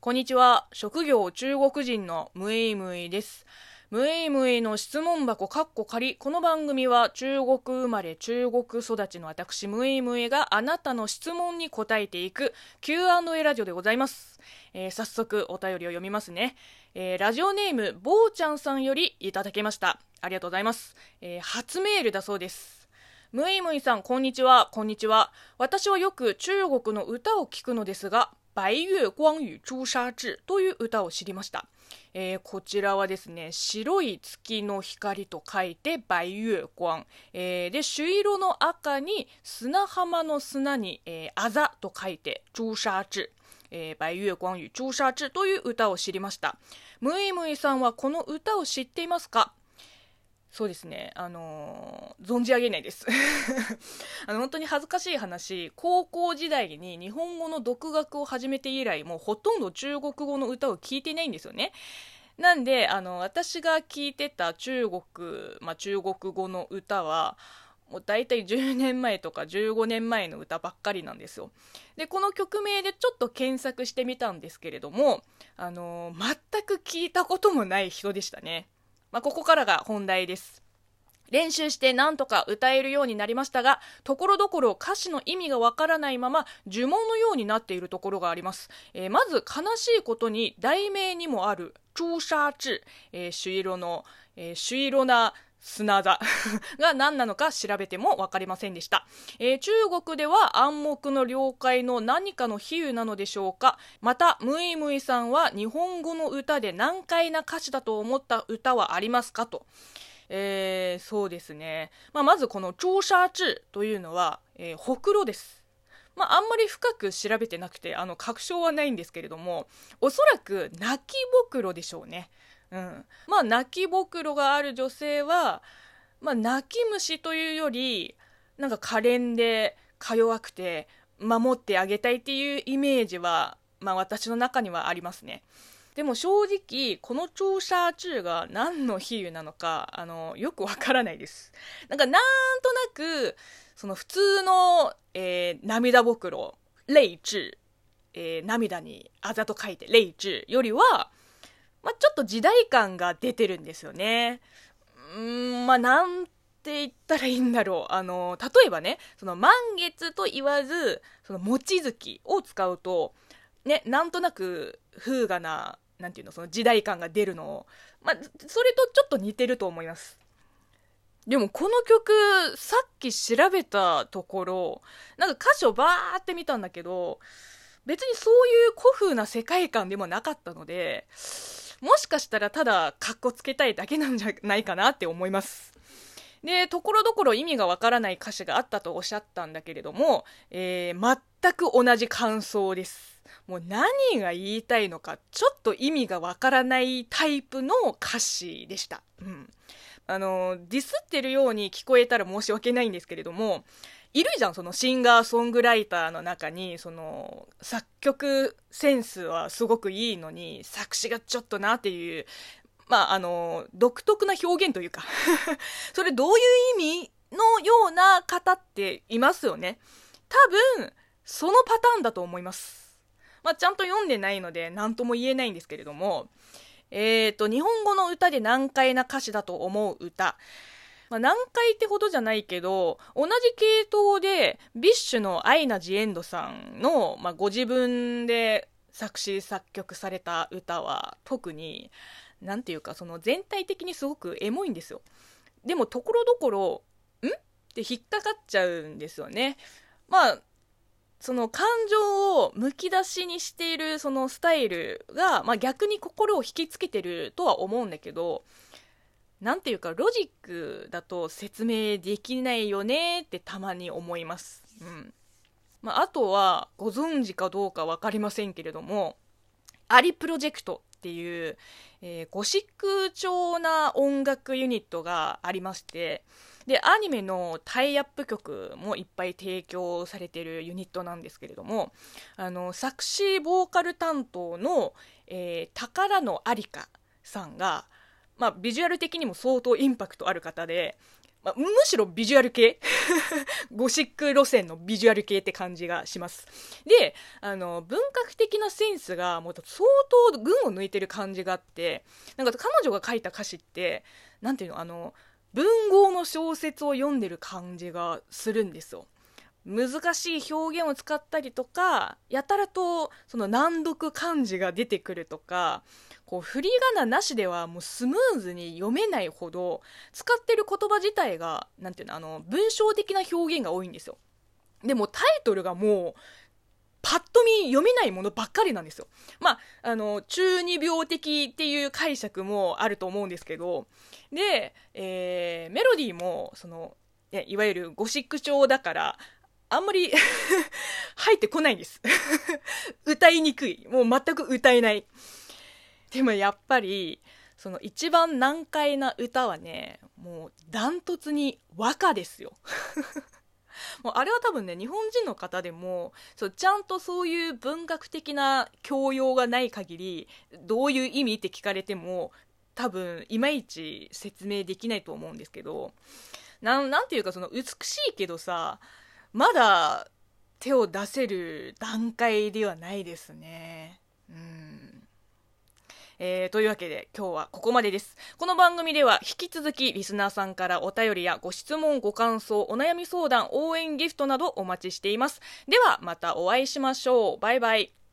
こんにちは。職業中国人のムイムイです。ムイムイの質問箱仮。この番組は中国生まれ中国育ちの私ムイムイがあなたの質問に答えていく Q&A ラジオでございます。早速お便りを読みますね。ラジオネームぼうちゃんさんよりいただきました。ありがとうございます。初メールだそうです。ムイムイさん、こんにちは。こんにちは。私はよく中国の歌を聞くのですが、白月光与朱砂痣という歌を知りました。こちらはですね、白い月の光と書いて白月光、で朱色の赤に砂浜の砂に、あざと書いて朱砂痣、白月光与朱砂痣という歌を知りました。ムイムイさんはこの歌を知っていますか？そうですね、存じ上げないです本当に恥ずかしい話、高校時代に日本語の独学を始めて以来、もうほとんど中国語の歌を聞いてないんですよね。なんで私が聞いてた中国語の歌はもう大体10年前とか15年前の歌ばっかりなんですよ。でこの曲名でちょっと検索してみたんですけれども、全く聞いたこともない人でしたね。ここからが本題です。練習してなんとか歌えるようになりましたが、ところどころ歌詞の意味がわからないまま呪文のようになっているところがあります。まず悲しいことに題名にもある朱砂痣、朱色な砂座が何なのか調べても分かりませんでした。中国では暗黙の了解の何かの比喩なのでしょうか。またムイムイさんは日本語の歌で難解な歌詞だと思った歌はありますかと。そうですね、まずこの朱砂痣というのは、ほくろです。あんまり深く調べてなくて確証はないんですけれども、おそらく泣きぼくろでしょうね。泣きぼくろがある女性は、泣き虫というよりなんか可憐でか弱くて守ってあげたいっていうイメージは、私の中にはありますね。でも正直この朱砂痣が何の比喩なのかよくわからないです。なんとなくその普通の、涙ぼくろ泪痣、涙にあざと書いて泪痣よりはちょっと時代感が出てるんですよね。なんて言ったらいいんだろう。例えばね、その満月と言わず、その望月を使うと、ね、なんとなく風雅な、なんていうの、その時代感が出るのを、それとちょっと似てると思います。でもこの曲、さっき調べたところ、なんか歌詞をバーって見たんだけど、別にそういう古風な世界観でもなかったので、もしかしたらただカッコつけたいだけなんじゃないかなって思います。でところどころ意味がわからない歌詞があったとおっしゃったんだけれども、全く同じ感想です。もう何が言いたいのかちょっと意味がわからないタイプの歌詞でした。ディスってるように聞こえたら申し訳ないんですけれども、いるじゃん、そのシンガーソングライターの中にその作曲センスはすごくいいのに作詞がちょっとなっていう、独特な表現というかそれどういう意味のような方っていますよね。多分そのパターンだと思います。ちゃんと読んでないので何とも言えないんですけれども、日本語の歌で難解な歌詞だと思う歌、難解ってほどじゃないけど同じ系統でビッシュのアイナ・ジ・エンドさんの、ご自分で作詞作曲された歌は特になんていうか、その全体的にすごくエモいんですよ。でもところどころって引っかかっちゃうんですよね。その感情をむき出しにしているそのスタイルが、逆に心を引きつけてるとは思うんだけど、なんていうかロジックだと説明できないよねってたまに思います。あとはご存知かどうか分かりませんけれども、アリプロジェクトっていう、ゴシック調な音楽ユニットがありまして、でアニメのタイアップ曲もいっぱい提供されているユニットなんですけれども、作詞ボーカル担当の、宝野有香さんが、ビジュアル的にも相当インパクトある方で、 むしろビジュアル系ゴシック路線のビジュアル系って感じがします。で、文学的なセンスがもう相当群を抜いてる感じがあって、なんか彼女が書いた歌詞って、なんていうの、文豪の小説を読んでる感じがするんですよ。難しい表現を使ったりとか、やたらとその難読漢字が出てくるとか、こう振り仮名なしではもうスムーズに読めないほど、使ってる言葉自体がなんていうの、文章的な表現が多いんですよ。でもタイトルがもうパッと見読めないものばっかりなんですよ。中二病的っていう解釈もあると思うんですけど、で、メロディーもいわゆるゴシック調だからあんまり入ってこないんです歌いにくい、もう全く歌えない。でもやっぱりその一番難解な歌はね、もうダントツに和歌ですよもうあれは多分ね、日本人の方でもちゃんとそういう文学的な教養がない限り、どういう意味って聞かれても多分いまいち説明できないと思うんですけど、なんていうか、美しいけどさ、まだ手を出せる段階ではないですね。というわけで今日はここまでです。この番組では引き続きリスナーさんからお便りやご質問、ご感想、お悩み相談、応援ギフトなどお待ちしています。ではまたお会いしましょう。バイバイ。